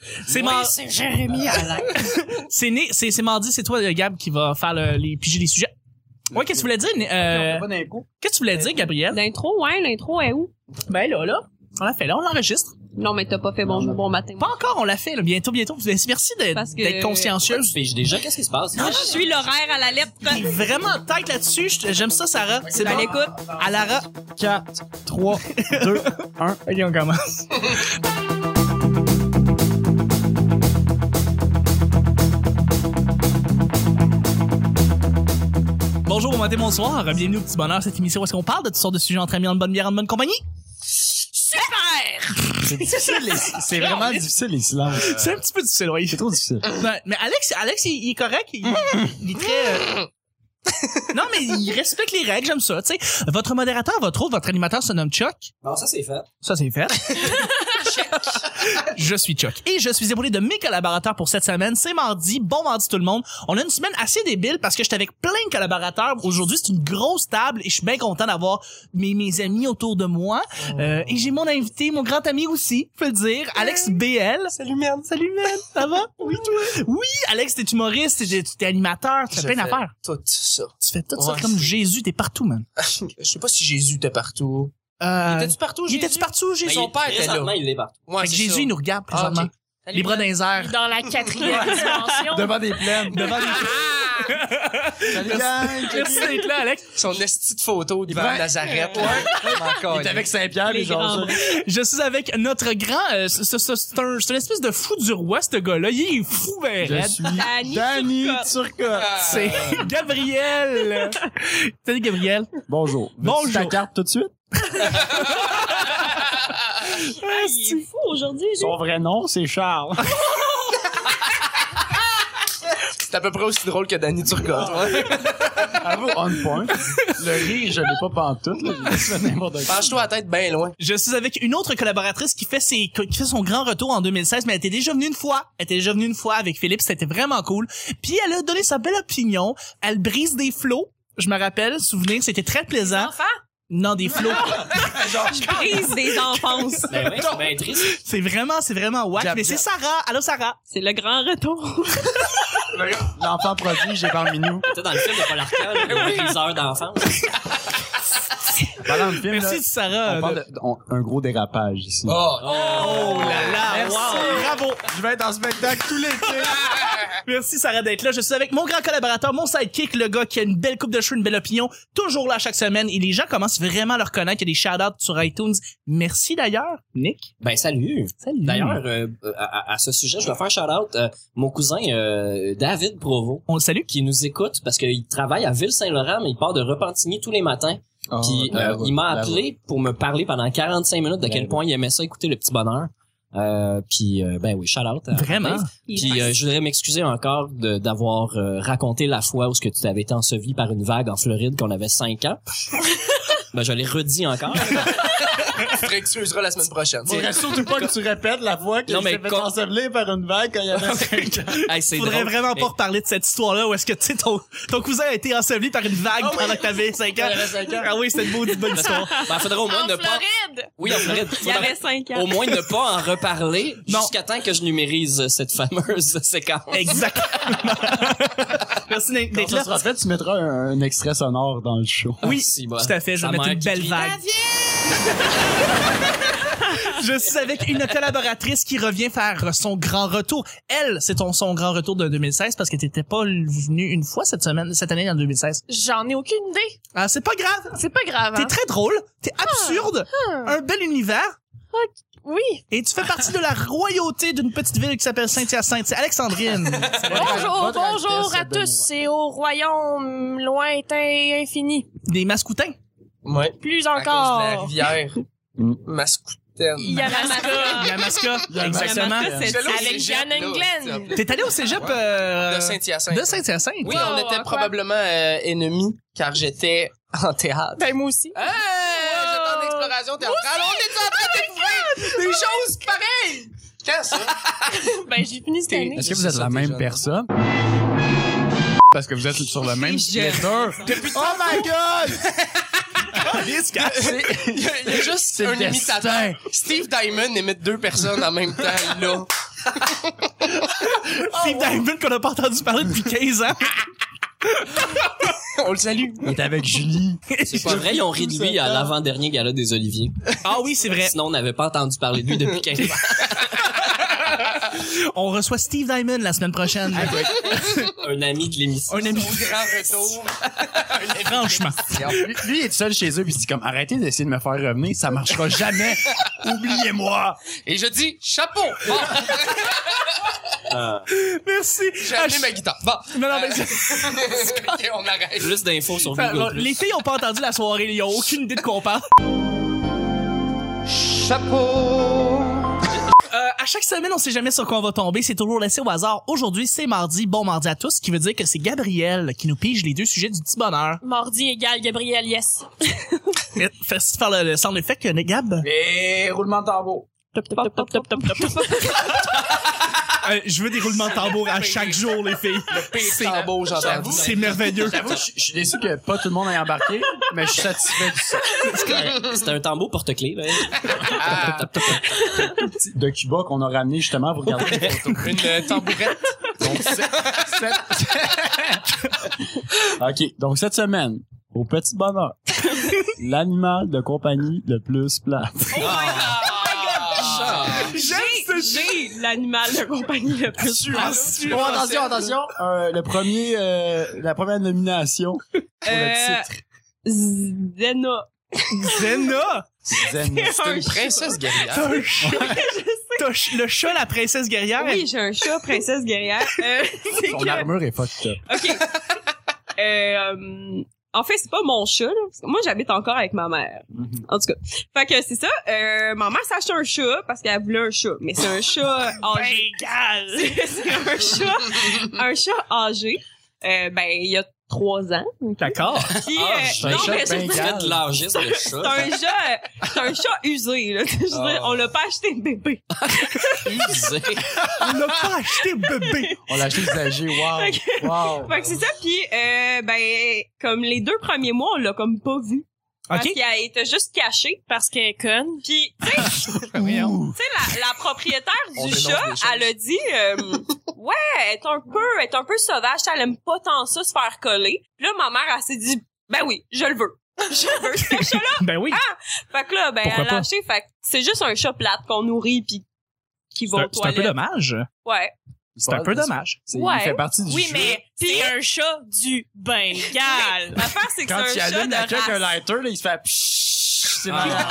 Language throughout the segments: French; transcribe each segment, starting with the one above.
C'est c'est Jérémy Alain. c'est mardi, c'est toi, Gab, qui va faire les piger les sujets. Ouais, qu'est-ce que tu voulais dire? Qu'est-ce que tu voulais dire, Gabriel? L'intro est où? Ben là, on l'a fait, là, on l'enregistre. Non, mais t'as pas fait bonjour, bon matin. Pas encore, on l'a fait, là, bientôt. Merci d'être consciencieuse. Qu'est-ce qui se passe? Je suis l'horaire à la lettre. T'es vraiment tête là-dessus, j'aime ça, Sarah. C'est bon. L'écoute. À Lara. 4, 3, 2, 1. Ok, on commence. Bonjour, bon matin, bonsoir. Bienvenue au Petit Bonheur, cette émission où est-ce qu'on parle de toutes sortes de sujets entre amis, en bonne bière, en bonne compagnie. Super! C'est difficile, c'est vraiment difficile, les silences. C'est un petit peu difficile, oui. C'est trop difficile. Mais Alex, il est correct. Il est très... Non, mais il respecte les règles, j'aime ça, tu sais. Votre modérateur, votre animateur se nomme Chuck. Bon, ça c'est fait. Ça, c'est fait. Je suis Chuck. Et je suis épaulé de mes collaborateurs pour cette semaine. C'est mardi. Bon mardi tout le monde. On a une semaine assez débile parce que j'étais avec plein de collaborateurs. Aujourd'hui, c'est une grosse table et je suis bien content d'avoir mes amis autour de moi. Et j'ai mon invité, mon grand ami aussi, faut le dire, Alex BL. Salut, merde. Salut, man. Ça va? Oui, toi? Oui, Alex, t'es humoriste, t'es animateur, tu fais plein d'affaires. Tout ça. Tu fais tout ça comme Jésus, t'es partout, man. Je sais pas si Jésus était partout. Était-tu partout, Jésus? Il était-tu partout, Jésus? Son père était là. Il est partout. Ouais, Fait que Jésus, il nous regarde présentement. ok. Les bras dans les airs. Dans la 4e dimension. Devant des plaines. Devant les... Salut, gang. Merci d'être là, Alex. Son esti de photo devant Ouais. Nazareth. Il est avec Saint-Pierre, les gens. Je suis avec notre grand... c'est une espèce de fou du roi, ce gars-là. Il est fou, ben Je raide. suis Danny Danny Turcotte. C'est Gabriel. Salut, Gabriel. Bonjour. Bonjour. Veux-tu ta carte tout de suite? Il est fou aujourd'hui. Son vrai nom, c'est Charles. C'est à peu près aussi drôle que Danny Turcotte. Ouais. Avoue, on point. Le rire, je l'ai pas pantoute, là. J'ai fait n'importe quoi. Penche-toi la tête bien loin. Je suis avec une autre collaboratrice qui fait son grand retour en 2016, mais elle était déjà venue une fois. Elle était déjà venue une fois avec Philippe, c'était vraiment cool. Puis elle a donné sa belle opinion. Elle brise des flots. Je me rappelle, souvenir, c'était très plaisant. Enfant? Non, des flots. Je brise des enfances. Ben oui, c'est bien triste. C'est vraiment wack. Jab, Mais c'est Sarah. Allô, Sarah. C'est le grand retour. L'enfant produit, j'ai parmi nous. T'es dans le film de Paul Arcand, le briseur d'enfance. Parlant de film, Merci, là, Sarah. on parle un gros dérapage ici. Oh, Oh là là. Merci. Wow. Bravo. Je vais être en spectacle tout l'été. Merci Sarah d'être là. Je suis avec mon grand collaborateur, mon sidekick, le gars qui a une belle coupe de cheveux, une belle opinion, toujours là chaque semaine. Et les gens commencent vraiment à le reconnaître. Il y a des shout-outs sur iTunes. Merci d'ailleurs, Nick. Ben salut. Salut. D'ailleurs, à ce sujet, je vais faire un shout-out. Mon cousin David Provost, On le salue. qui nous écoute parce qu'il travaille à Ville-Saint-Laurent, mais il part de Repentigny tous les matins. Puis il m'a appelé pour me parler pendant 45 minutes de quel point il aimait ça écouter le Petit Bonheur. Puis ben oui, shout out. Vraiment. Puis je voudrais m'excuser encore d'avoir raconté la fois où ce que tu avais été enseveli par une vague en Floride qu'on avait 5 ans. Ben je l'ai redit encore. tu te réexcuseras la semaine prochaine. Faudrait surtout pas que tu répètes la fois qu'il Non, mais s'est fait comme- ensevelir par une vague quand il y avait 5 ans. Hey, c'est Faudrait drôle. vraiment pas reparler de cette histoire-là où est-ce que, tu sais, ton cousin a été enseveli par une vague pendant que t'avais 5 ans. Il avait 5 ans. Ah oui, c'était une bonne histoire. Ben, faudrait au moins En ne pas... Floride. Oui, en Floride. Il y avait 5 ans. Au moins ne pas en reparler Non. jusqu'à temps que je numérise cette fameuse séquence. Exactement. Merci Quand d'être ça là. sera fait, tu mettras un extrait sonore dans le show. Oui, Si, bah, tout à fait. Je vais sa mettre mère une qui belle crie, vague. Je suis avec une collaboratrice qui revient faire son grand retour. Elle, c'est son grand retour de 2016 parce que t'étais pas venue une fois cette année en 2016. J'en ai aucune idée. Ah, c'est pas grave. C'est pas grave. T'es Hein? très drôle. T'es absurde. Un bel univers. Oui. Et tu fais partie de la royauté d'une petite ville qui s'appelle Saint-Hyacinthe. C'est Alexandrine. Bonjour, Votre bonjour à Altesse, tous. C'est au royaume lointain infini. Des mascoutins. Ouais. Plus À cause de la encore. rivière. Mascoutaine. Yamaska. Exactement. C'est J'étais là au Avec cégep, Jeanne là, Englen. c'est T'es allé au cégep ça. De Saint-Hyacinthe. de Saint-Hyacinthe. Oui, on était quoi? probablement ennemis car j'étais en théâtre. Ben, moi aussi. Hey, j'étais en exploration théâtrale. On est en train de découvrir des choses pareilles. Quand ça? Ben, j'ai fini cette année. Est-ce que vous êtes la même personne? Parce que vous êtes sur le même Twitter. Oh my god! Il y a juste C'est un le imitateur. destin. Steve Diamond imite 2 personnes en même temps, là. Steve Diamond qu'on a pas entendu parler depuis 15 ans. On le salue. Il est avec Julie. C'est pas vrai, ils ont ri de lui à l'avant-dernier gala des Oliviers. Ah oui, c'est vrai. Sinon, on n'avait pas entendu parler de lui depuis 15 ans. On reçoit Steve Diamond la semaine prochaine. Un ami de l'émission. Un ami. Grand retour. Franchement. Lui, il est seul chez eux, puis il dit comme, arrêtez d'essayer de me faire revenir, ça marchera jamais. Oubliez-moi. Et je dis, chapeau! Bon, Merci. j'ai amené ma guitare. Bon. Non, mais OK, on arrête. Plus d'infos sur Enfin, Google+. les filles ont pas entendu la soirée, ils ont aucune idée de quoi on parle. Chapeau! À chaque semaine, on sait jamais sur quoi on va tomber. C'est toujours laissé au hasard. Aujourd'hui, c'est mardi. Bon mardi à tous, ce qui veut dire que c'est Gabriel qui nous pige les deux sujets du petit bonheur. Mardi égale Gabriel, yes. Fais-tu faire le sound effect, Gab? Et roulement de tambour. Top, top, top, top, top, top, top. Je veux des roulements de tambour à chaque jour, les filles. C'est beau, j'entends. C'est merveilleux. J'avoue, je suis déçu que pas tout le monde ait embarqué, mais je suis satisfait du son. C'était un tambour porte-clés, là. De Cuba qu'on a ramené justement, vous regardez les photos. Une tambourette. Donc, OK, donc cette semaine, au petit bonheur, l'animal de compagnie le plus plate. J'ai l'animal de compagnie le plus Oh, attention. La première nomination pour le titre. Zena. Zena! Zen. C'est une princesse guerrière. T'as un chat. Le chat, la princesse guerrière. Oui, j'ai un chat, princesse guerrière. C'est Son que... armure est fucked up. OK. En fait, c'est pas mon chat, là. Parce que moi, j'habite encore avec ma mère. En tout cas. Fait que c'est ça. Ma mère s'est acheté un chat parce qu'elle voulait un chat. Mais c'est un chat âgé. C'est un chat âgé. Il y a 3 ans. D'accord. Puis, c'est un non, chat mais c'est bengal. Très de l'âgisme, le chat. c'est un chat usé, là. Je veux dire, on l'a pas acheté bébé. Usé. On n'a pas acheté bébé. On l'a acheté usagé, wow. Wow. Fait que c'est ça, puis comme les 2 premiers mois, on l'a comme pas vu. Parce OK. qu'elle était juste cachée. Parce qu'elle est conne. Puis, tu sais, la propriétaire On du dénonce chat, des choses. elle a dit, ouais, elle est un peu sauvage, elle aime pas tant ça se faire coller. Puis là, ma mère, elle s'est dit, ben oui, je le veux. Je veux ce chat-là. Ben oui. Fait que là, Pourquoi elle pas? l'a acheté. Fait que c'est juste un chat plate qu'on nourrit puis qui va aux C'est un peu toilettes. dommage. Ouais. C'est un peu dommage. Ouais. Il fait partie du Oui, jeu. mais c'est un chat du Bengale. L'affaire, c'est que Quand il c'est un chat allume de la queue avec un race. lighter, là, il se fait c'est malade.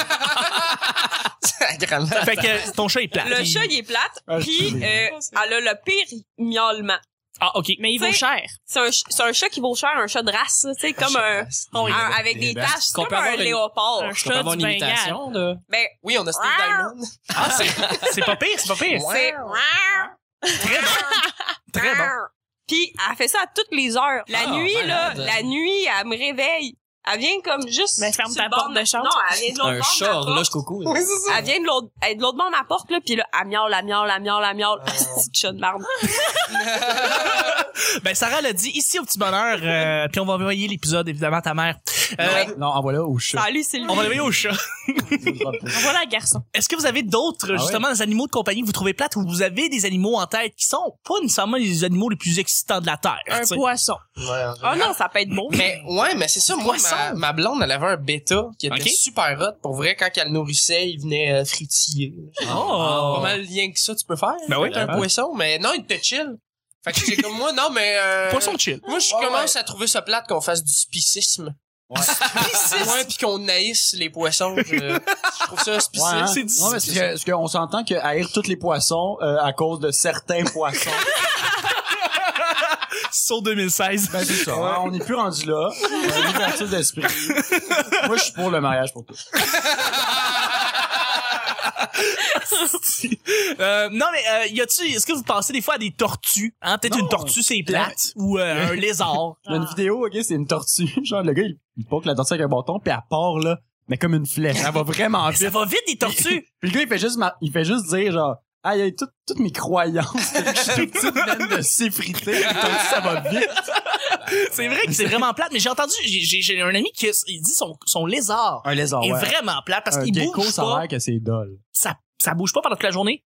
Fait que ton chat est plat. Le chat, il est plate, Ah, je puis suis elle a le pire miaulement. Ah, OK. Mais il vaut T'sais, cher. C'est un chat qui vaut cher, un chat de race, tu sais, comme avec des Des taches, c'est Qu'on comme peut un avoir une- léopard. Un On peut chat avoir du une Bengale. imitation de... Ben, Oui, on a Steve Diamond. Ah, c'est pas pire, c'est pas pire. Ouais. c'est Très bon. Très bon. Puis elle fait ça à toutes les heures. La Ah, nuit malade. la nuit, elle me réveille. Elle vient comme juste Mais ferme sur ta le bord porte de chambre. Non, elle vient de l'autre Un bord de chat ma porte. horloge coucou. Oui, c'est ça. Elle vient de l'autre bord de ma porte, là, pis là, elle miaule. Petite chat de marde. Ben, Sarah l'a dit ici au petit bonheur, puis on va envoyer l'épisode, évidemment, à ta mère. Non, envoie-le au chat. Salut, Sylvie. On va l'envoyer au chat. Voilà, garçon. Est-ce que vous avez d'autres, justement, des animaux de compagnie que vous trouvez plates ou vous avez des animaux en tête qui sont pas nécessairement les animaux les plus excitants de la Terre? Un t'sais? poisson. Ouais, en Oh général. non, ça peut être beau. Mais c'est ça. Moi, Poisson. ma blonde, elle avait un bêta qui était Ok. super hot. Pour vrai, quand elle le nourrissait, il venait fritiller. Oh! Pas mal lien que ça, tu peux faire. Ben oui. Un poisson, mais non, il était chill. Fait que j'ai comme moi, non, mais Poisson chill. moi, je commence à trouver ça plate qu'on fasse du spicisme. Ouais. Ouais, pis qu'on haïsse les poissons. Je trouve ça spécial. Ouais, hein? C'est Non, mais parce qu'on s'entend que haïr tous les poissons à cause de certains poissons. Sur 2016. Ben, c'est ça. Hein, on n'est plus rendu là. L'ouverture d'esprit. Moi, je suis pour le mariage pour tous. Non, mais est-ce que vous pensez des fois à des tortues? Hein? Peut-être Non. une tortue, c'est plate. Ou un lézard. Il y a une vidéo, ok, c'est une tortue. Genre, le gars, il poke la tortue avec un bâton, puis elle part, là, mais comme une flèche. Elle va vraiment Mais ça vite. va vite, des tortues. Puis le gars, il fait juste dire, genre, ah, il y a toutes mes croyances. Depuis que je suis toute petite, viennent de s'effriter. Les tortues, ça va vite. C'est vrai que c'est vraiment plate. Mais j'ai entendu, j'ai un ami qui il dit son lézard Un lézard, est ouais. vraiment plate parce Un qu'il gecko, bouge ça a pas. l'air que c'est dole. Ça bouge pas pendant toute la journée.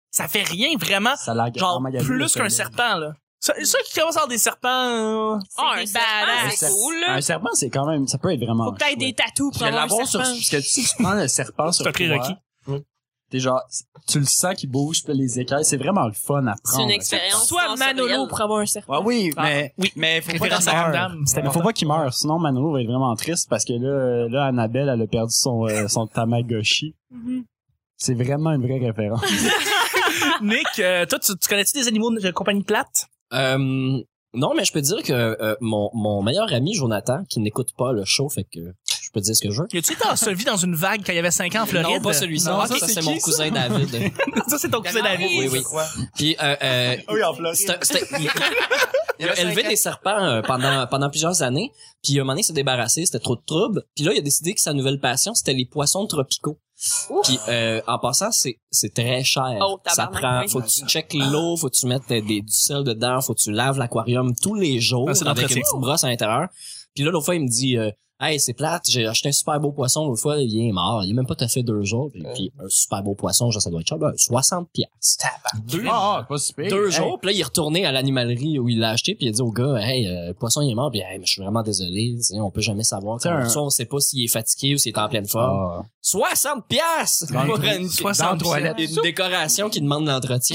ça fait rien vraiment. Ça la Genre, plus qu'un serpent, là. Ceux qui commencent à avoir des serpents, un serpent, c'est cool, là. Un serpent, c'est quand même, ça peut être vraiment. Faut que t'aies des tatous pour avoir un l'avoir sur, serpent. parce que si tu prends le serpent sur c'est un prérequis. t'es genre, tu le sens qu'il bouge, puis les écailles, c'est vraiment le fun à prendre. C'est une expérience. Soit Manolo pour avoir un serpent. Ouais, oui, Ah, mais faut pas référence qu'il à meure. Gundam, c'était Mais faut pas qu'il meure, sinon Manolo va être vraiment triste parce que là, Annabelle, elle a perdu son Tamagotchi. Mhm. C'est vraiment une vraie référence. Nick, toi, tu connais-tu des animaux de compagnie plate? Non, mais je peux dire que mon meilleur ami Jonathan, qui n'écoute pas le show, fait que je peux dire ce que je veux. Y a-tu été enseveli dans une vague quand il y avait 5 ans en Floride? Non, pas celui-ci. Non, Ça, ok, c'est mon cousin David. Ça, c'est ton cousin David. Oui. Puis, Oui, en Floride. il a élevé des serpents pendant plusieurs années. Puis, à un moment donné, il s'est débarrassé. C'était trop de trouble. Puis là, il a décidé que sa nouvelle passion, c'était les poissons tropicaux. Puis, en passant, c'est très cher. Oh, Ça tabarnak, prend, oui. faut que tu checkes l'eau, faut que tu mettes du sel dedans, faut que tu laves l'aquarium tous les jours Ah, c'est avec l'entretien. une petite brosse à l'intérieur. Puis là, l'autre fois, il me dit, hey, c'est plate, j'ai acheté un super beau poisson l'autre fois, il est mort. Il a même pas fait 2 jours. Puis un super beau poisson, genre, ça doit être cher, 60 piastres. Pas super. 2 jours, puis là, il est retourné à l'animalerie où il l'a acheté, puis il a dit au gars, hey, le poisson, il est mort, puis hey, mais je suis vraiment désolé, tu sais, on peut jamais savoir. C'est un- On sait pas s'il est fatigué ou s'il est en pleine forme. 60 piastres Dans pour le- une, 60 une décoration qui demande l'entretien.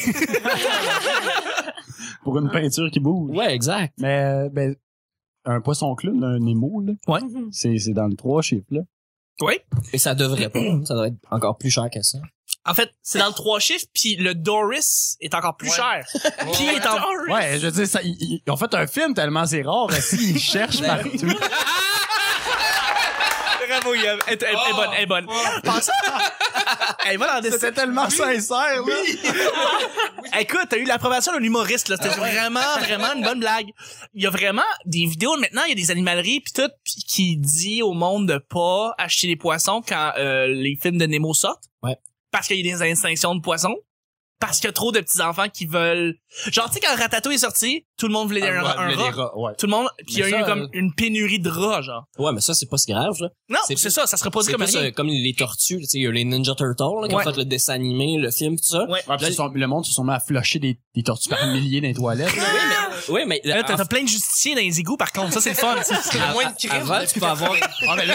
Pour une peinture qui bouge. Ouais, exact. Mais, un poisson clown, un Nemo, là. Ouais. C'est dans les 3 chiffres, là. Oui. Et ça devrait pas. Ça devrait être encore plus cher que ça. En fait, c'est dans le 3 chiffres, puis le Doris est encore plus cher. Puis il est en... Ouais, je veux dire, ils ont fait un film tellement c'est rare, aussi, ils cherchent partout. Bravo, Yann. Elle est bonne. Pense- Elle va dans des... C'était tellement sincère, là. Écoute, t'as eu l'approbation d'un humoriste, là. C'était vraiment une bonne blague. Il y a vraiment des vidéos, maintenant, il y a des animaleries pis tout, pis qui dit au monde de pas acheter des poissons quand les films de Nemo sortent. Ouais. Parce qu'il y a des extinctions de poissons. Parce qu'il y a trop de petits-enfants qui veulent... Genre, tu sais, quand Ratatouille est sorti, tout le monde voulait un rat. Ouais. Tout le monde... Pis il y a Mais eu ça, comme une pénurie de rats, genre. Ouais, mais ça, c'est pas si grave, là. Non, C'est c'est plus- ça, ça serait pas dit C'est comme plus rien. comme les tortues, tu sais, il y a les Ninja Turtles, là, qui ont Ouais. fait le dessin animé, le film, tout ça. Ouais. Ouais, pis le monde se sont mis à flusher des tortues par milliers dans les toilettes. Oui, mais Là, t'as plein de justiciers dans les égouts, par contre. Ça, c'est le fun. Moins de crime. avant, tu peux avoir... Mais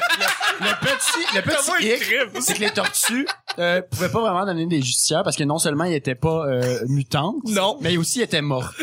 le petit hic, c'est que les tortues pouvaient pas vraiment donner des justicières parce que non seulement ils étaient pas mutantes, Non. mais aussi ils étaient morts.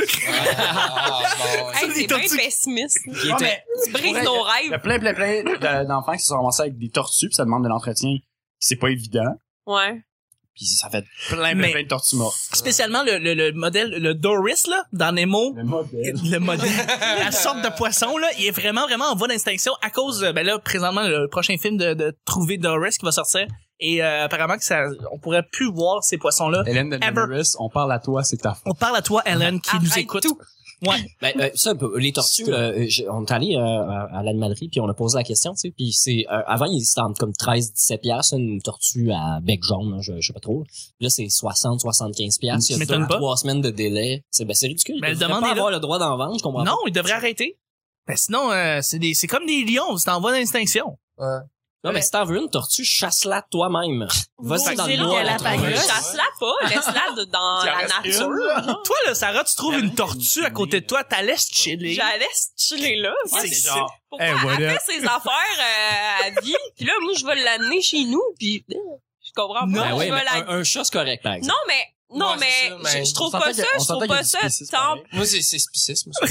Hey, les c'est bien tortues. pessimiste. Qui était- Tu brises nos Il y a rêves. plein d'enfants qui se sont ramassés avec des tortues puis ça demande de l'entretien. C'est pas évident. Ouais. Puis ça fait plein Mais- de tortues mortes. Spécialement le modèle, le Doris, là, dans Nemo. Le modèle. Le modèle, la sorte de poisson, là, il est vraiment en voie d'extinction à cause, ben là, présentement, le prochain film de Trouver Doris qui va sortir. Et apparemment que ça, on pourrait plus voir ces poissons-là. Hélène Ever. DeGeneres, on parle à toi, c'est ta faute. On parle à toi, Ellen, qui nous Arrête écoute. tout. Ouais. Ben, ça, les tortues, on est allé à l'animalerie puis on a posé la question, tu sais, puis c'est avant il c'était entre comme 13-17 piastres une tortue à bec jaune, là, je sais pas trop. Là c'est 60-75 piastres. Il y a M'étonne pas. 3 semaines de délai. C'est ridicule. Mais Ils le devraient demande pas est là. avoir le droit d'en vendre, je comprends Non, il devrait arrêter. Ben sinon, c'est comme des lions, c'est en voie d'extinction. pas. Non, mais si t'en veux une tortue, chasse-la toi-même. Vas-y dans le c'est bois. là la qu'elle trouver. apparaît. Chasse-la pas, laisse-la dans la nature. Toi, là, Sarah, tu trouves une tortue à côté de toi, t'as laisse chiller. J'allais chiller là. C'est C'est ça. Pourquoi Hey, elle voilà. fait ses affaires à vie, puis là, moi, je vais l'amener chez nous, puis je comprends pas. Non, Ben je oui, vais mais la... un chat, c'est correct, par exemple. Non, Ouais, mais c'est ça, mais je trouve on pas s'entend ça, que- on je s'entend trouve qu'il y a pas du ça spécisme, tant... pareil. Moi, c'est spicisme, ça.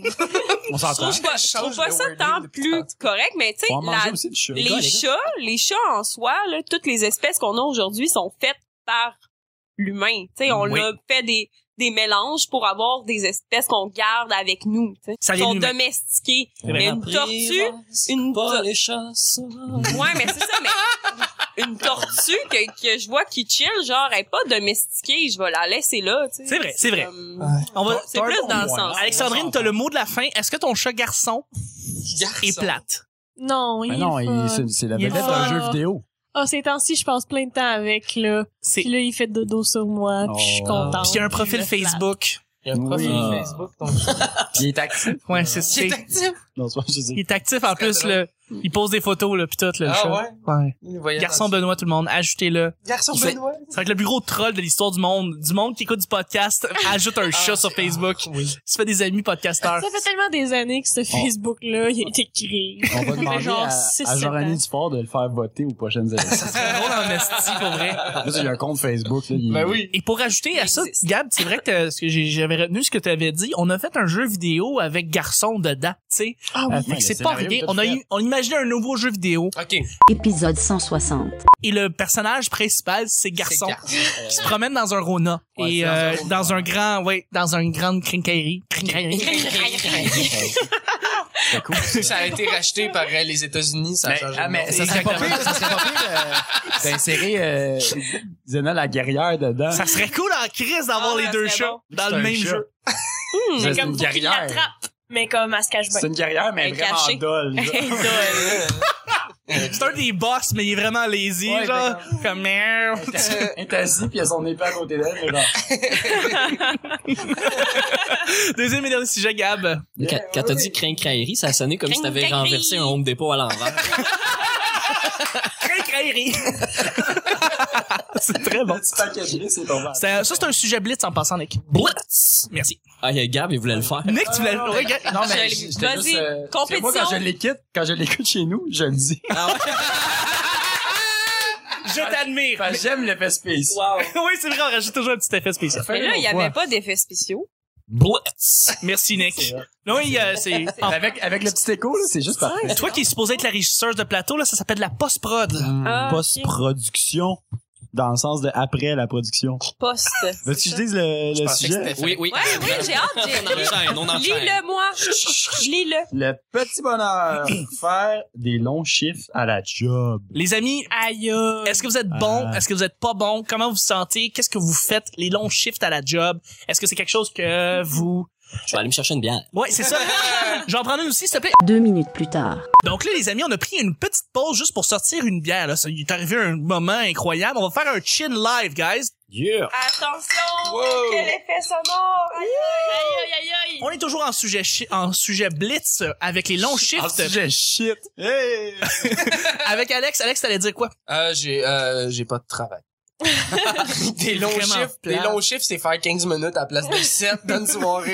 On s'entend. Je trouve pas ça tant plus correct, mais tu sais, On va manger aussi du chat. les chats en soi, là, toutes les espèces qu'on a aujourd'hui sont faites par l'humain. Tu sais, on Oui. a fait des mélanges pour avoir des espèces qu'on garde avec nous. Tu sais. Ça Ils vient sont de l'humain. domestiqués. vrai. Mais une tortue, une Pas to- les chats sauvages. ouais, mais c'est ça, mais une tortue que je vois qui chill, genre, elle est pas domestiquée, je vais la laisser là, tu sais. C'est vrai, c'est vrai. comme- On va, C'est plus dans le sens. Alexandrine, t'as le mot de la fin. Est-ce que ton chat garçon est plate? Non, il Mais non, est fun. c'est la Il est vedette fun. d'un jeu vidéo. Ah, ces temps-ci, je passe plein de temps avec, là. C'est, Puis là, il fait dodo sur moi, puis je suis Oh. contente. puis il y a un profil Je le flatte. Facebook. Il y a un profil Oui. Facebook, ton Il est actif. Ouais, c'est, C'est actif. Non, c'est pas, je sais. Il est actif en plus, là. Il pose des photos, là, pis tout, là, le Ah chat. ouais? Ouais. Garçon Benoît, tout le monde, ajoutez-le. Garçon Il fait- Benoît. C'est avec le plus gros troll de l'histoire du monde. Du monde qui écoute du podcast, ajoute un chat sur Facebook. Oui. Tu fais des amis podcasteurs. Ça fait tellement des années que ce Facebook-là, il a été créé. On va demander genre à 6-7 Jean-René ans. Dufort de le faire voter aux prochaines élections. Ça serait drôle en esti, pour vrai. Là, il y a un compte Facebook, là. Ben oui. Et pour ajouter à ça, existe. Gab, c'est vrai que ce que j'avais retenu ce que tu avais dit, on a fait un jeu vidéo avec garçon dedans, tu sais. Ah oui. Fait que c'est le pas scénario rien. est tout On imaginait un nouveau jeu vidéo OK. Épisode 160. et le personnage principal, c'est garçon. C'est Qui se promène dans un Rona Ouais, et c'est dans un grand, dans une grande crinquerie. C'est cool. Ça a été racheté par les États-Unis, ça a changé. de mais nom. ça serait pas pire, d'insérer Zena la guerrière dedans. Ça serait cool en crise d'avoir Ah, les ça deux serait chats bon. dans C'est le un même chat. jeu. C'est C'est comme une faut qu'il guerrière. l'attrape. Mais comme elle se cache bien. C'est une guerrière, mais Elle est vraiment cachée. dolle. C'est un des boss, mais il est vraiment lazy, Ouais, genre. Comme merde. Elle est assise, puis il y a son épée à côté d'elle. mais genre, Deuxième et dernier sujet, Gab. Quand t'as dit crin-craillerie, ça a sonné comme si t'avais Crin-craillerie. renversé un Home Depot à l'envers. Crinquerie. C'est très bon. Le petit paquet c'est tombé. Ça, c'est un sujet blitz en passant, Nick. Blitz! Merci. Ah, il y a Gab, il voulait le faire. Nick, tu voulais... Ouais, Gab. Non, mais Vas-y, j'étais juste... parce que moi, compétition. quand je l'écoute chez nous, je le dis. Je t'admire. Parce que j'aime l'effet spécial. Oui, c'est vrai, on rajoute toujours un petit effet spécial. Mais là, il y avait pas d'effets spéciaux. Blitz! Merci, Nick. Oui, c'est... Avec le petit écho, là, c'est juste parfait. Toi qui es supposé être la régisseuse de plateau, là, ça s'appelle de la post-prod. Ah, Post-production. Dans le sens de après la production. Poste. Veux-tu que je dise le pensais que sujet? c'était Oui, oui. Ouais, oui, j'ai hâte. On enchaîne. Lis-le, moi. Lis-le. Le petit bonheur. Faire des longs chiffres à la job. Les amis, Aïe. est-ce que vous êtes bon? Ah. Est-ce que vous êtes pas bon? Comment vous vous sentez? Qu'est-ce que vous faites? Les longs shifts à la job? Est-ce que c'est quelque chose que vous... Je vais aller me chercher une bière. Ouais, c'est ça. J'en prends une aussi, s'il te plaît. 2 minutes plus tard. Donc là, les amis, on a pris une petite pause juste pour sortir une bière. Là. Ça, il est arrivé un moment incroyable. On va faire un chin live, guys. Yeah! Attention. Wow. Quel effet sonore. Aïe, aïe, aïe, aïe. On est toujours en sujet blitz avec les longs En shifts. sujet shit. Hey! Avec Alex. Alex, t'allais dire quoi? J'ai pas de travail. Des longs Vraiment chiffres, plate. des longs chiffres, c'est faire 15 minutes à la place de 7 dans une soirée.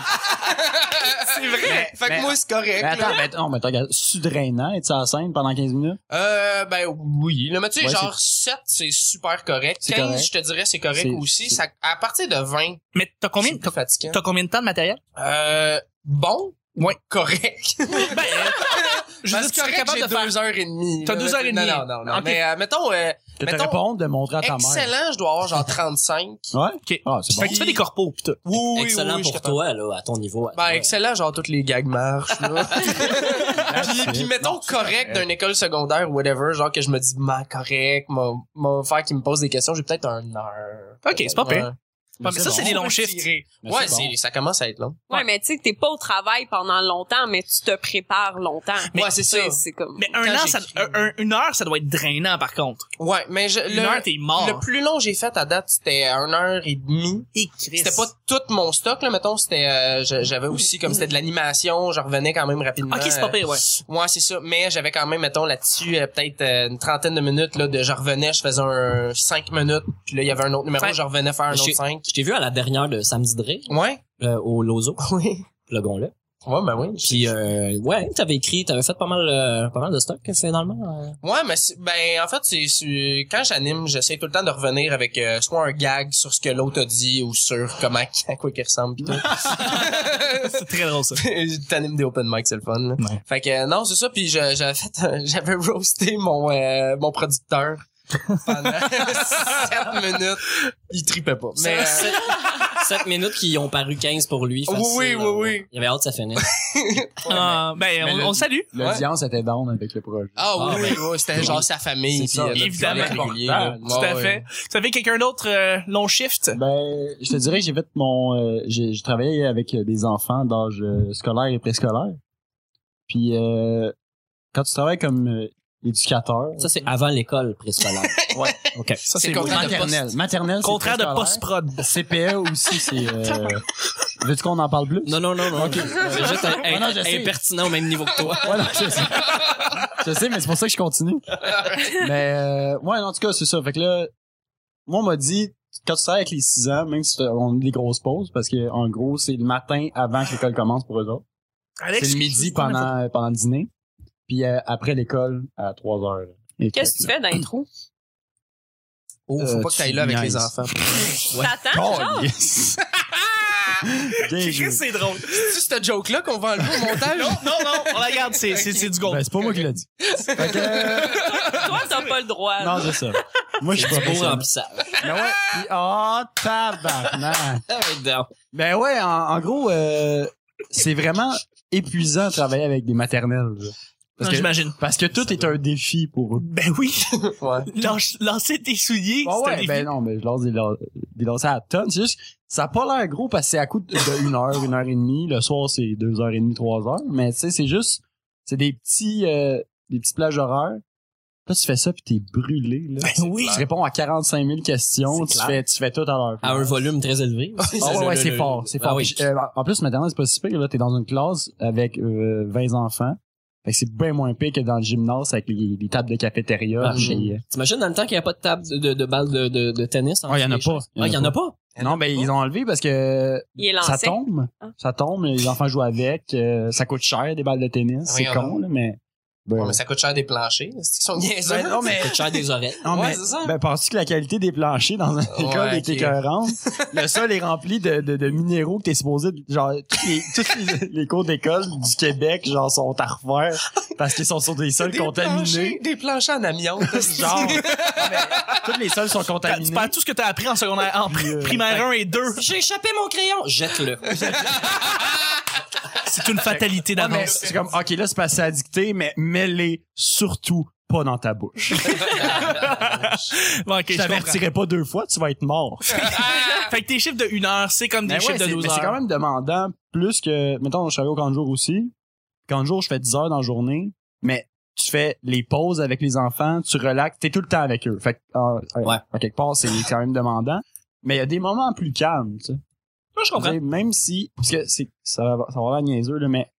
C'est vrai. Fait que mais- moi, c'est correct. Mais attends, là. non, mais attends, regarde, drainant, être sur la scène pendant 15 minutes? Ben oui. Là, mais tu sais, Ouais, genre 7, c'est super correct. C'est 15, correct. je te dirais, c'est correct C'est- aussi. c'est- Ça, à partir de 20, Mais t'as combien, c'est plus fatigant. t'as combien de temps de matériel? Bon. Ouais. Correct. Ben, je veux dire, Parce tu que serais capable de j'ai faire... 2h30. T'as 2h30. Non. Ok. Mais mettons, Que mettons, t'aurais pas honte de montrer à ta mère. excellent, je dois avoir genre 35. Ouais? Ok. Ah, c'est bon. Fait que tu fais des corpos, pis tout. Oui, Excellent je suis pour capable. toi, là, à ton niveau. Ben, excellent, genre toutes les gags marchent, là. puis mettons correct d'une école secondaire ou whatever, genre que je me dis, correct, m'a faire qui me pose des questions, j'ai peut-être un heure. Ok, c'est pas pire. Ouais. Mais ça, c'est des longs shifts. Mais Ouais, c'est bon. ça commence à être long. Ouais, mais tu sais que t'es pas au travail pendant longtemps, mais tu te prépares longtemps. Ouais, c'est ça. C'est comme... Mais un Quand an, j'écris. une heure, ça doit être drainant, par contre. Ouais, mais Une heure, t'es mort. le plus long que j'ai fait à date, c'était 1h30. Et Chris. C'était pas tout mon stock, là, mettons, c'était, j'avais aussi, comme c'était de l'animation, je revenais quand même rapidement. Ok, c'est pas pire, ouais. Ouais, c'est ça. Mais j'avais quand même, mettons, là-dessus, peut-être une trentaine de minutes, là, je revenais, je faisais un 5 minutes, puis là, il y avait un autre numéro, Ouais. je revenais faire un Je autre t'ai- 5. Je t'ai vu à la dernière de Samedi Dre, Ouais. au Lozo, Oui. plugons-le. Ouais, ben oui. Puis, ouais, t'avais fait pas mal de stock, finalement. Ouais, mais en fait, c'est quand j'anime, j'essaie tout le temps de revenir avec soit un gag sur ce que l'autre a dit ou sur comment à quoi qu'il ressemble pis tout. C'est très drôle, ça. T'animes des open mic, c'est le fun. Là. Ouais. Fait que non, c'est ça. Puis j'avais roasté mon producteur pendant 7 minutes. Il tripait pas. Mais 7 minutes qui ont paru 15 pour lui. Facile, Oui. Il avait hâte que ça finisse. Ben, on le salue. L'audience était down avec le projet. oui, c'était genre sa famille. C'est ça, puis, évidemment. notre régulier, là. Tout à fait. Vous avez quelqu'un d'autre long shift? Ben, je te dirais que j'ai fait j'ai travaillé avec des enfants d'âge scolaire et préscolaire. Puis, quand tu travailles comme éducateur. Ça, c'est avant l'école préscolaire. Ouais. OK. Ça, C'est c'est contraire de Maternelle. Maternelle, c'est contraire de préscolaire. post-prod. CPE aussi, c'est Veux-tu qu'on en parle plus? Non. C'est juste impertinent au même niveau que toi. Ouais, non, je sais, mais c'est pour ça que je continue. Mais, ouais, en tout cas, c'est ça. Fait que là, moi, on m'a dit, quand tu travailles avec les 6 ans, même si on a des grosses pauses, parce que, en gros, c'est le matin avant que l'école commence pour eux autres. Alex, C'est le midi pendant le dîner. Puis, après l'école, à 3 heures. Qu'est-ce que tu fais d'intro? Faut pas que t'ailles là avec les enfants. T'attends, genre? Yes. Bien joué. c'est drôle. C'est cette joke-là qu'on va enlever au montage? Non, on la garde, c'est du gold. Ben, c'est pas moi qui l'ai dit. Fait que, Toi, t'as pas le droit. non, c'est ça. Moi, je suis pas Beau pour remplissage. Mais ouais. Puis, oh, tabarnak. Non. Ben ouais, en gros, c'est vraiment épuisant de travailler avec des maternelles. Là. Non, j'imagine. Parce que tout est un défi pour eux. Ben oui. Ouais. Lancer tes souliers, Ah c'est un ouais, défi. ben non, mais je lance des lancers à tonnes. C'est juste, ça a pas l'air gros parce que c'est à coup de 1 heure, 1 heure et demie. Le soir, c'est 2 heures et demie, 3 heures. Mais tu sais, c'est juste, c'est des petits plages horaires. Là, tu fais ça pis t'es brûlé, là. Ben oui. Tu réponds à 45 000 questions, tu fais tout à l'heure. À un volume très élevé. Ah ouais, c'est fort, c'est fort. Ah oui. Puis, en plus, maintenant, c'est pas si pire, là, t'es dans une classe avec 20 enfants. Fait que c'est bien moins pire que dans le gymnase avec les tables de cafétéria. Ah, et, T'imagines dans le temps qu'il n'y a pas de table de balle de tennis? il y en a pas. Ah, il y en a pas? Non, ben, ils ont enlevé parce que Il est ça lancé. tombe. Ah. Ça tombe, les enfants jouent avec. Ça coûte cher, des balles de tennis. Oui, C'est con, là, mais... Ben, Ouais, mais ça coûte cher des planchers. C'est qu'ils sont niaiseux. ben, non, mais... Ça coûte cher des oreilles. Non, Ouais, mais, c'est ça. ben, penses-tu que la qualité des planchers dans une école Ouais, est ok. écœurante? Le sol est rempli de minéraux que t'es supposé, genre, toutes les cours d'école du Québec, genre, sont à refaire parce qu'ils sont sur des sols contaminés. Des planchers en amiante. Genre, mais tous les sols sont Tu contaminés. perds tout ce que t'as appris en secondaire, en primaire 1 et 2. J'ai échappé mon crayon! Jette-le. C'est une fatalité Ouais, mais d'avance. c'est comme, ok, là, c'est passé à dicter, mais mets-les surtout pas dans ta bouche. Bon, ok, Je je comprends. t'avertirai pas 2 fois, tu vas être mort. Fait que tes chiffres de 1 heure, c'est comme des Mais chiffres ouais, de 12 mais heures. c'est quand même demandant, plus que, mettons, je suis allé au camp de jour aussi. Camp de jour, je fais 10 heures dans la journée, mais tu fais les pauses avec les enfants, tu relaxes, t'es tout le temps avec eux. Fait que, Ouais. à quelque part, c'est quand même demandant. Mais il y a des moments plus calmes, tu sais. Moi, je comprends. Tu sais, même si, parce que ça va avoir l'air niaiseux, là, mais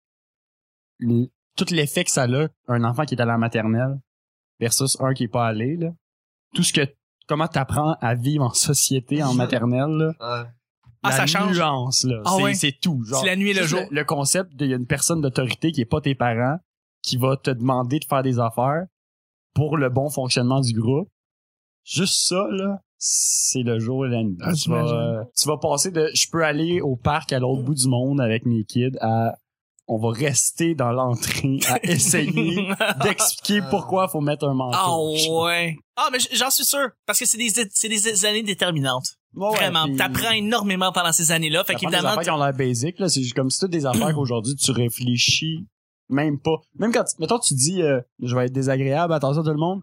tout l'effet que ça a, un enfant qui est allé à la maternelle versus un qui est pas allé, là. Comment t'apprends à vivre en société en maternelle, là. Ouais. Ah, La ça change. nuance, là. Ah ouais. C'est tout. Genre, C'est la nuit et le juste jour. Le concept il y a une personne d'autorité qui est pas tes parents, qui va te demander de faire des affaires pour le bon fonctionnement du groupe. Juste ça, là, c'est le jour et la nuit. Ah, Tu vas passer de je peux aller au parc à l'autre bout du monde avec mes kids à on va rester dans l'entrée à essayer d'expliquer pourquoi faut mettre un manteau. Ah ouais. Ah, mais j'en suis sûr. Parce que c'est des années déterminantes. Ouais, Vraiment. puis- T'apprends énormément pendant ces années-là. Fait T'apprends des qu'évidemment, affaires qui ont l'air basic, là. C'est comme si toutes des affaires qu'aujourd'hui, tu réfléchis même pas. Même quand, mettons, tu dis, je vais être désagréable, attention tout le monde,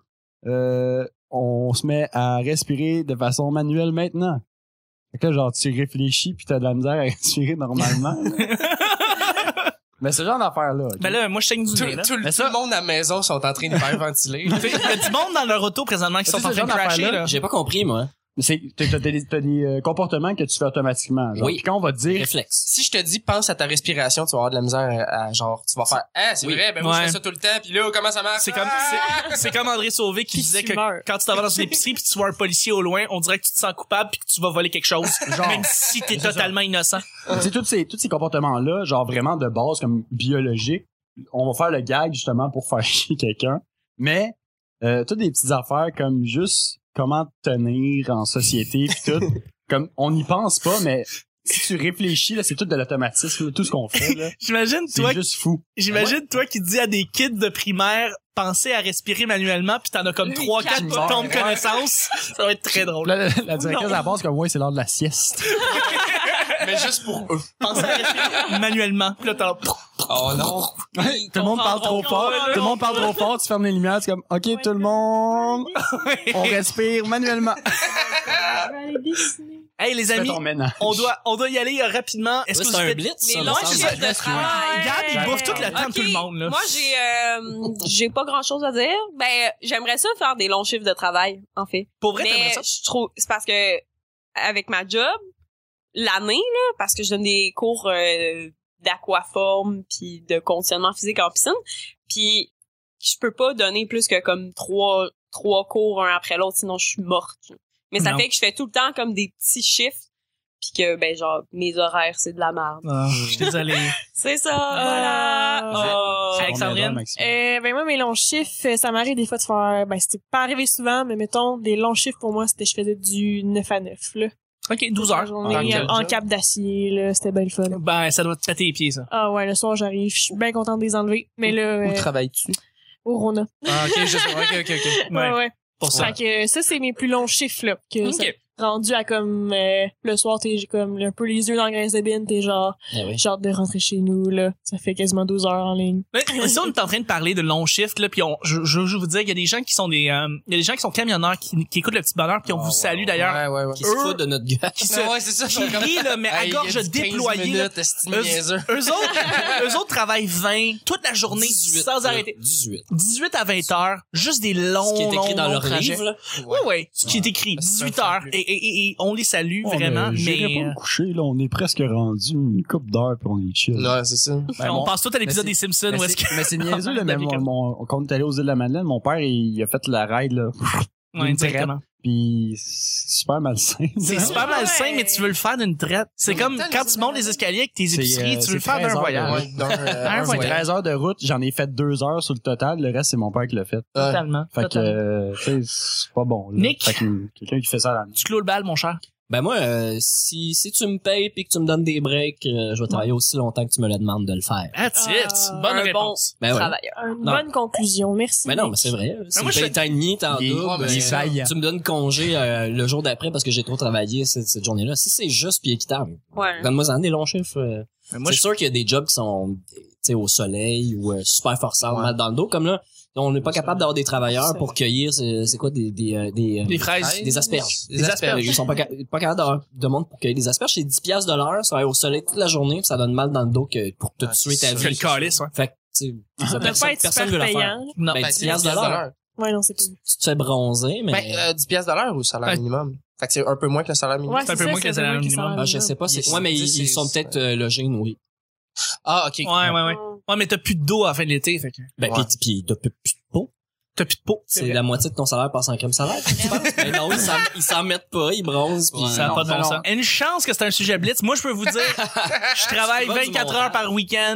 on se met à respirer de façon manuelle maintenant. Fait que là, genre, tu réfléchis pis t'as de la misère à respirer normalement. Mais ce genre d'affaires-là. ok? ben là, moi, je saigne du Tout, nez, là. tout, Mais tout ça- le monde à la maison sont en train de ventiler. Il y a du monde dans leur auto présentement qui Mais sont c'est en ce train de genre crasher, d'affaires-là. là. J'ai pas compris, moi. Mais t'as des comportements que tu fais automatiquement. Genre. Oui. Puis quand on va te dire, Réflexe. Si je te dis pense à ta respiration, tu vas avoir de la misère à genre tu vas faire c'est Oui. vrai, ben moi Ouais. je fais ça tout le temps puis là comment ça marche? C'est comme, c'est comme André Sauvé qui disait que meurs. quand tu t'en vas dans une épicerie puis tu vois un policier au loin, on dirait que tu te sens coupable puis que tu vas voler quelque chose. Genre. Même si t'es C'est totalement innocent. tu sais, tous ces comportements-là, genre vraiment de base, comme biologique, on va faire le gag justement pour faire chier quelqu'un. Mais, toutes des petites affaires comme juste comment tenir en société pis tout, comme on n'y pense pas, mais si tu réfléchis, là, c'est tout de l'automatisme, là, tout ce qu'on fait, là. J'imagine, C'est toi, juste fou. toi qui dis à des kids de primaire, pensez à respirer manuellement puis t'en as comme 3-4 qui meurt. tombent connaissance. Ça va être très drôle. La directrice à la base, comme, ouais, c'est l'heure de la sieste. Mais juste pour eux. Pensez à respirer manuellement. Puis là, t'as... Oh non. Tout le monde parle trop fort. Tout le monde parle trop fort, tu fermes les lumières, c'est comme, OK, tout le monde, on respire manuellement. Hey, les Fais amis, ton ménage. on doit y aller rapidement. Est-ce Là, que c'est vous un faites... blitz, Les ça, me longs semble. chiffres de travail. Gab, il bouffe tout le temps de Ok. tout le monde, là. Moi, j'ai pas grand chose à dire. Ben, j'aimerais ça faire des longs chiffres de travail, en fait. Pour vrai, t'aimerais Mais ça? je trouve, c'est parce que, avec ma job, l'année, là, parce que je donne des cours d'aquaforme puis de conditionnement physique en piscine. Puis je peux pas donner plus que comme trois cours un après l'autre, sinon je suis morte. Mais ça fait que je fais tout le temps comme des petits chiffres, puis que ben genre mes horaires c'est de la merde. Je suis désolé. C'est ça. Voilà. Alexandrine. Ben moi mes longs chiffres, ça m'arrive des fois de faire, ben c'était pas arrivé souvent, mais mettons des longs chiffres pour moi, c'était je faisais du 9 à 9 là. OK, 12 heures. Journée, en cap d'acier là, c'était bien le fun. Ben, ça doit te péter les pieds, ça. Ah ouais, le soir j'arrive, je suis bien contente de les enlever, mais là Où travailles-tu? au Rona. Ah, ok, ok. Ouais. Pour ça. Fait que ça c'est mes plus longs chiffres là, que OK. ça, rendu à comme le soir j'ai comme un peu les yeux dans la graisse de bine, t'es genre j'ai hâte de rentrer chez nous là, ça fait quasiment 12 heures en ligne. Mais si on est en train de parler de long shift là, puis je vous dis, il y a des gens qui sont il y a des gens qui sont camionneurs qui écoutent le petit bonheur, puis on vous salue d'ailleurs. Ouais. Qui se foutent de notre gueule. Qui se Ouais, c'est ça. qui rient là, mais à gorge déployée. Là. Eux autres travaillent 20 toute la journée 18, sans arrêter. 18 à 20 heures, juste des longs Ce qui est écrit dans longs leur trajets. livre, là. Oui, ce qui est écrit 18 heures et on les salue vraiment, J'irai mais pas me coucher, là. On est presque rendu une couple d'heures puis on est chill. Ouais, c'est ça. on passe tout à l'épisode des Simpsons où est-ce que Mais c'est niaiseux, là. Mais David quand on est allé aux îles de la Madeleine, mon père, il a fait la ride, là. Ouais, exactement. Puis c'est super malsain. C'est super malsain, mais tu veux le faire d'une traite. C'est comme quand tu montes les escaliers avec tes épiceries, tu veux le faire d'un voyage. Un voyage. 13 heures de route, j'en ai fait 2 heures sur le total. Le reste, c'est mon père qui l'a fait. Totalement. Fait que, tu sais, c'est pas bon. Là. Nick? Fait que quelqu'un qui fait ça à la nuit. Tu clôt le bal, mon cher. Ben moi, si tu me payes puis que tu me donnes des breaks, je vais travailler aussi longtemps que tu me le demandes de le faire. That's it. Bonne un réponse. Ben ouais. travailleur. Une Non. bonne conclusion, merci. Mais non, mais c'est vrai. Si moi, tu je payes tant de nuit, t'en Il est- double, il est vaillant. tu me donnes congé le jour d'après parce que j'ai trop travaillé cette journée-là. Si c'est juste puis équitable, Ouais. donne-moi des longs chiffres. Moi, C'est sûr qu'il y a des jobs qui sont tu sais, au soleil ou super forçants, mal dans le dos, comme là. On n'est pas capable d'avoir des travailleurs pour cueillir, c'est quoi, des fraises. des asperges. Des asperges. Ils sont pas capables d'avoir de monde pour cueillir des asperges. C'est 10 piastres de l'heure, ça va au soleil toute la journée, puis ça donne mal dans le dos que pour te tuer ta Tu vie. fais le calice, ouais. Fait que, tu sais, Ça doit pas être personne super veut la faire. payant. Non. Ben, 10 piastres de l'heure. Ouais, non, c'est pas. Tu te fais bronzer, mais... Ben, 10 piastres de l'heure ou salaire Ouais. minimum? Fait que c'est un peu moins que le salaire minimum. Ouais, C'est un peu moins que le salaire minimum. je sais pas, c'est... Il- Ouais, mais il- ils sont peut-être logés, nourris. Ah, ok. Ouais. Ouais, mais t'as plus de dos à la fin de l'été, fait que Ben, Ouais. pis t'as plus de peau. t'as plus de peau. C'est la moitié de ton salaire passe en crème solaire, tu penses? Ben non, ils s'en mettent pas, ils bronzent, pis... Ça n'a pas de bon sens. Une chance que c'est un sujet blitz. Moi, je peux vous dire, je travaille Tu vas du 24 heures par week-end.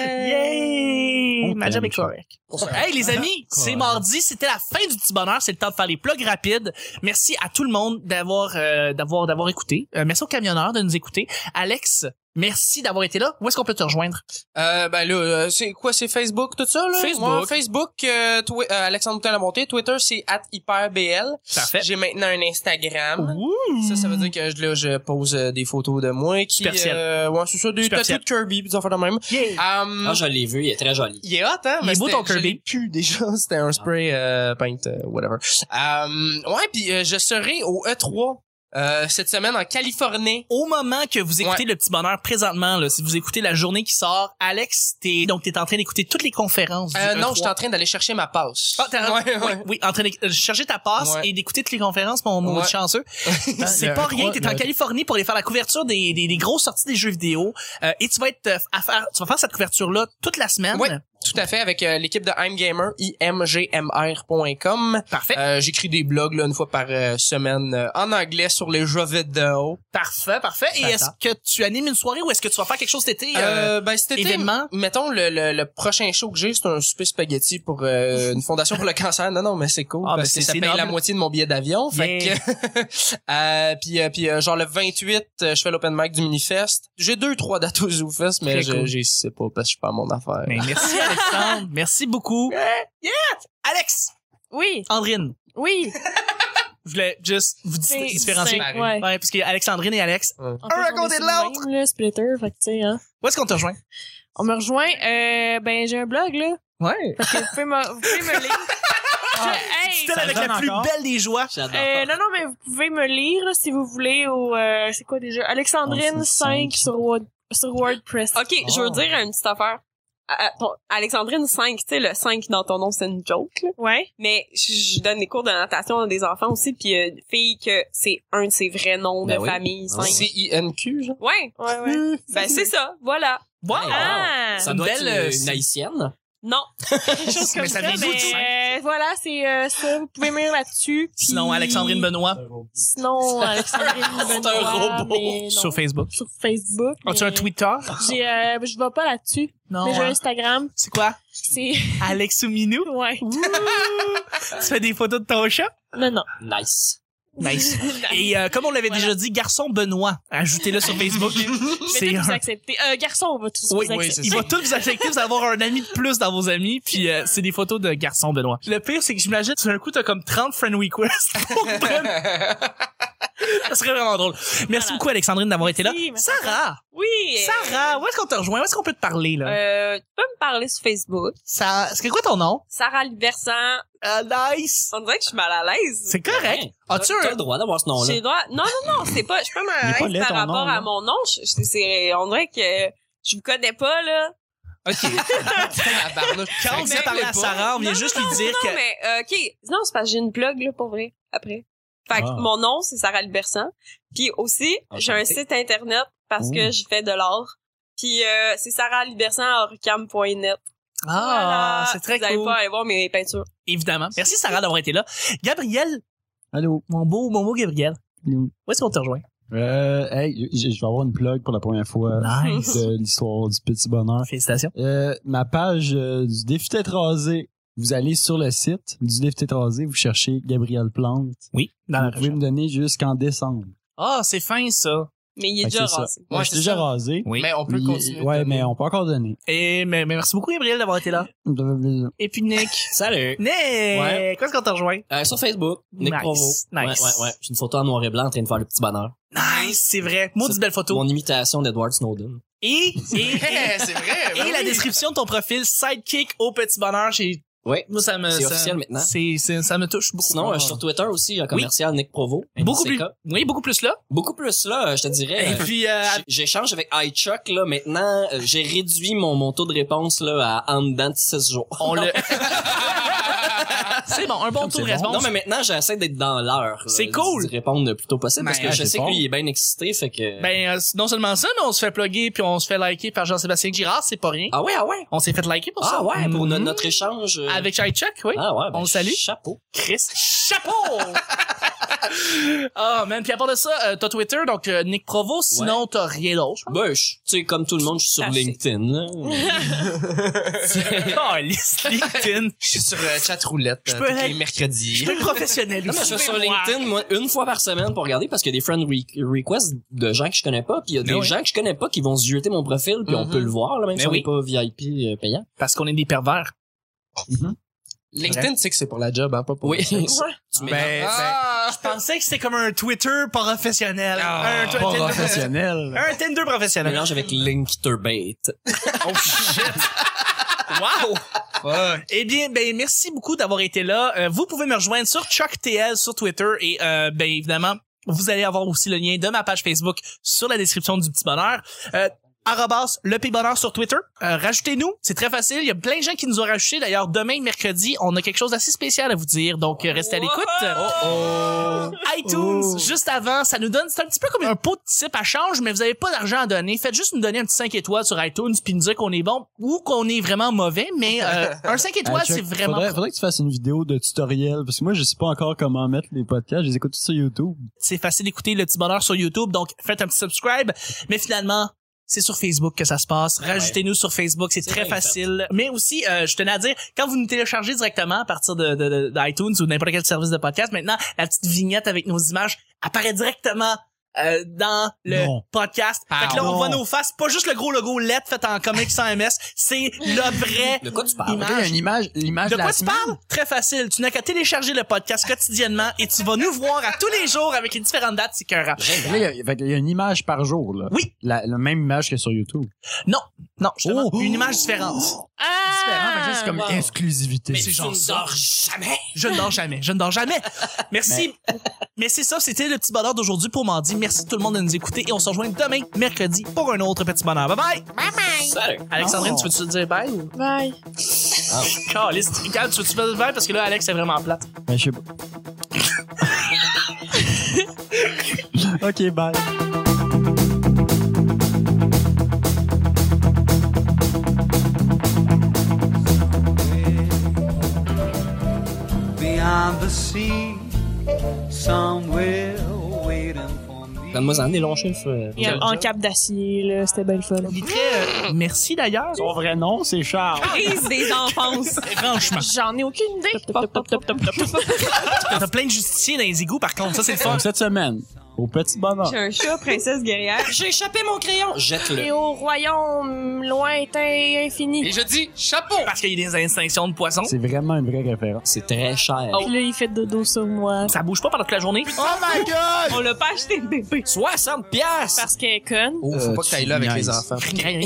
Yay! Ma job est correct. Hey, les amis, c'est mardi, c'était la fin du petit bonheur, c'est le temps de faire les plugs rapides. Merci à tout le monde d'avoir écouté. Merci aux camionneurs de nous écouter. Alex, merci d'avoir été là. Où est-ce qu'on peut te rejoindre? Ben là, c'est quoi, c'est Facebook, tout ça, là? Facebook. Moi, Facebook, Alexandre Boutin-Lamonté. Twitter, c'est @hyperbl. Parfait. J'ai maintenant un Instagram. Ça veut dire que je pose des photos de moi qui, Superficiel. ouais, c'est ça, des Superficiel. tatous de Kirby, pis des affaires de même. Ah, je l'ai vu, il est très joli. Il est hot, hein? Il est beau, ton Kirby. Je l'ai pu déjà. C'était un spray paint, whatever. Ouais, puis je serai au E3 cette semaine en Californie. Au moment que vous écoutez le petit bonheur présentement, là, si vous écoutez la journée qui sort, Alex, t'es en train d'écouter toutes les conférences du Non, E3. j'étais en train d'aller chercher ma passe. Ah, oui, en train de chercher ta passe et d'écouter toutes les conférences, mon mot chanceux. C'est pas rien, t'es en Californie pour aller faire la couverture des grosses sorties des jeux vidéo, et tu vas faire cette couverture-là toute la semaine. Ouais. Tout à fait, avec l'équipe de I'm Gamer, imgmr.com. Parfait. J'écris des blogs là, une fois par semaine en anglais sur les jeux vidéo. Parfait. Et est-ce que tu animes une soirée ou est-ce que tu vas faire quelque chose cet été? Ben cet été, événement? mettons le prochain show que j'ai, c'est un super spaghetti pour une fondation pour le cancer. Non, mais c'est cool parce que ça paye la moitié de mon billet d'avion. Fait que puis genre le 28, je fais l'open mic du Minifest. J'ai 2-3 dates au ZooFest, mais je sais pas parce que je suis pas à mon affaire. Mais merci Alexandre, merci beaucoup. Alex, Oui. Andrine, Oui. je voulais juste vous différencier. C'est- ouais. Ouais, parce qu'il y a Alexandrine et Alex. En Un à côté de l'autre. Même, là, Splitter, fait que tu sais, hein. Où est-ce qu'on te rejoint? On me rejoint, ben j'ai un blog là. Ouais. Fait que vous pouvez me lire. Hey, C'était avec la donne plus encore? belle des joies. J'adore. non, mais vous pouvez me lire là, si vous voulez au c'est quoi déjà? Alexandrine Oh, c'est 5 sur WordPress. OK, je veux dire une petite affaire. Alexandrine 5, tu sais, le 5 dans ton nom, c'est une joke, là. Ouais. Mais je donne des cours de natation à des enfants aussi, puis une fille que c'est un de ses vrais noms de famille. 5. C-I-N-Q, genre? Ouais. Ouais. Ben, c'est ça. Voilà. Wow! Ah! Ça doit belle, être une haïtienne. Non. Quelque chose comme Mais ça ça, vient d'où, du cinq? voilà, c'est ça. Vous pouvez m'aider là-dessus. Puis... Sinon, Alexandrine Benoît, Sinon, Alexandrine Benoît. C'est un robot. mais non. sur Facebook. Sur Facebook. As-tu un Twitter? Je vais pas là-dessus. Non. Mais j'ai hein? Instagram. C'est quoi? C'est... Alex ou Minou? Ouais. Ouh! Tu fais des photos de ton chat? Non. Nice. Nice. Et comme on l'avait déjà dit, Garçon Benoît, ajoutez-le sur Facebook. C'est vous accepter. Garçon, on va tous vous accepter. Il va tous vous accepter, vous allez avoir un ami de plus dans vos amis, puis c'est des photos de Garçon Benoît. Le pire, c'est que j'imagine, tout d'un coup, t'as comme 30 friend requests. Ça serait vraiment drôle. Merci beaucoup, Alexandrine, d'avoir été là. Sarah! Oui. Sarah, où est-ce qu'on te rejoint? Où est-ce qu'on peut te parler, là? Tu peux me parler sur Facebook. C'est quoi ton nom? Sarah Libersan. Nice! On dirait que je suis mal à l'aise. C'est correct. Ouais. As-tu T'as un... le droit d'avoir ce nom-là. J'ai le droit. Non, c'est pas, je suis pas mal à Il est pas l'aise laid, par ton rapport nom, à là. mon nom. On dirait que je vous connais pas, là. OK. Quand on vient parler à Sarah, on vient juste lui dire non, que... mais, OK. Non, c'est parce que j'ai une plug, là, pour vrai, après. Fait que mon nom, c'est Sarah Libersan. Puis aussi, j'ai un site internet parce que j'y fais de l'art. Puis c'est sarahlibersan.orcam.net. Ah, Voilà. c'est très Vous allez cool. pas aller voir mes peintures. Évidemment. Merci, Sarah, d'avoir été là. Gabriel, Allô? mon beau Gabriel. Allô? Où est-ce qu'on te rejoint? Hey, je vais avoir une plug pour la première fois Nice. de l'histoire du petit bonheur. Félicitations. Ma page du défi tête rasée, vous allez sur le site du défi tête rasée, vous cherchez Gabriel Plante. Oui, dans la Vous pouvez me donner jusqu'en décembre. Ah, c'est fin, ça. Mais il est Fait que déjà c'est ça. rasé. Ouais, je suis déjà rasé. Oui. Mais on peut Puis, continuer. ouais, mais on peut encore donner. Et mais merci beaucoup, Gabriel, d'avoir été là. Et puis Nick. Salut. Nick! Ouais. Qu'est-ce qu'on te rejoint? Sur Facebook, Nick Nice, Provo. nice. Ouais. J'ai une photo en noir et blanc en train de faire le petit bonheur. Nice, c'est vrai. Maudite belle photo. Mon imitation d'Edward Snowden. Et C'est vrai. et la description de ton profil, sidekick au petit bonheur, Ouais. moi, ça me... C'est ça- officiel maintenant. ça me touche beaucoup. Sinon, je suis sur Twitter aussi, commercial Nick Provo. Beaucoup NCK. plus. Oui, beaucoup plus là. Beaucoup plus là, je te dirais. Et puis, J'échange avec iChuck, là, maintenant, j'ai réduit mon taux de réponse, là, à en dedans de 6 jours. on le... C'est bon, un bon tour de réponse. Non, mais maintenant, j'essaie d'être dans l'heure. C'est cool. De répondre le plus tôt possible, parce que je c'est sais fort. que lui, il est bien excité, fait que... Non seulement ça, mais on se fait plugger puis on se fait liker par Jean-Sébastien Girard, c'est pas rien. Ah ouais. On s'est fait liker pour ça. Ah ouais, pour Mhm. notre échange. Avec Chai Chuck, oui. Ah ouais, On le salue. Chapeau. Chris, chapeau! Ah, man. Puis à part de ça, t'as Twitter, donc Nick Provo, sinon t'as rien d'autre. Ben, tu sais, comme tout le monde, je suis sur Assez. LinkedIn, là. LinkedIn. Je suis sur chatroulette Je peux tous être- les mercredis. Je suis professionnel Non, mais je aussi. suis sur LinkedIn, moi, une fois par semaine pour regarder, parce qu'il y a des friend requests de gens que je connais pas, puis il y a des oui. gens que je connais pas qui vont se jeter mon profil, puis on Mhm. peut le voir, là, même Mais si on oui. n'est pas VIP payant. Parce qu'on est des pervers. LinkedIn, tu sais que c'est pour la job, hein, pas pour Oui. le sexe. Tu mets Je pensais que c'était comme un Twitter professionnel. Ah, un Pas professionnel. Un Tinder professionnel. mélange avec Linktrbait. Oh shit! Wow! Eh bien, merci beaucoup d'avoir été là. Vous pouvez me rejoindre sur ChuckTL sur Twitter et évidemment, vous allez avoir aussi le lien de ma page Facebook sur la description du petit bonheur. @le Petit Bonheur sur Twitter. Rajoutez-nous, c'est très facile. Il y a plein de gens qui nous ont rajouté. D'ailleurs, demain, mercredi, on a quelque chose d'assez spécial à vous dire. Donc, restez à l'écoute. iTunes, juste avant, ça nous donne, c'est un petit peu comme un pot de type à change, mais vous avez pas d'argent à donner. Faites juste nous donner un petit 5 étoiles sur iTunes puis nous dire qu'on est bon ou qu'on est vraiment mauvais, mais un 5 étoiles, Chuck, c'est vraiment... faudrait que tu fasses une vidéo de tutoriel, parce que moi, je sais pas encore comment mettre les podcasts. Je les écoute tous sur YouTube. C'est facile d'écouter le petit bonheur sur YouTube, donc faites un petit subscribe. Mais finalement, c'est sur Facebook que ça se passe. Rajoutez-nous sur Facebook, c'est très bien facile. Mais aussi, je tenais à dire, quand vous nous téléchargez directement à partir d'iTunes ou n'importe quel service de podcast, maintenant, la petite vignette avec nos images apparaît directement dans le Non. podcast. Fait que là, on voit nos faces, pas juste le gros logo LED fait en Comic Sans MS, c'est le vrai De quoi tu parles? image. Il y a une l'image De de quoi la tu semaine. parles? Très facile. Tu n'as qu'à télécharger le podcast quotidiennement et tu vas nous voir à tous les jours avec les différentes dates, c'est écœurant. Là, il y a une image par jour, là. Oui. La même image que sur YouTube. Non. Non, justement, une image différente. C'est comme exclusivité. Mais c'est genre je ne dors jamais. Je ne dors jamais. Merci. Mais c'est ça, c'était le petit bonheur d'aujourd'hui pour mardi. Merci tout le monde de nous écouter et on se rejoint demain, mercredi, pour un autre petit bonheur. Bye bye! Bye bye! Salut! Alexandrine, tu veux-tu dire bye? Bye! Caliste, Ricard, tu veux-tu dire bye? Parce que là, Alex, c'est vraiment plate. Ben, je sais pas. OK, bye. Beyond the sea, somewhere waiting for me. Donne-moi des longs chiffres. En cap d'acier, là, c'était bien le fun. Il est très... merci d'ailleurs. Son vrai nom, c'est Charles. Crise des enfances. Franchement. J'en ai aucune idée. T'as plein de justiciers dans les égouts, par contre. Ça, c'est le fun. Comme cette semaine, au petit bonheur. J'ai un chat, princesse guerrière. J'ai échappé mon crayon! Jette-le. Et au royaume lointain infini. Et je dis chapeau! Parce qu'il y a des extinctions de poissons. C'est vraiment une vraie référence. C'est très cher. Puis là, il fait dodo sur moi. Ça bouge pas pendant toute la journée. Oh my God! On l'a pas acheté le bébé. 60 piastres! Parce qu'elle est conne. Faut pas que t'ailles là avec les enfants.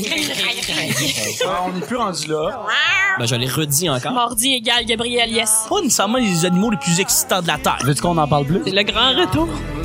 On n'est plus rendu là. Ben, je l'ai redit encore. Mardi égale Gabriel, yes. Pas nécessairement les animaux les plus excitants de la Terre. Veux-tu qu'on en parle plus? C'est le grand retour.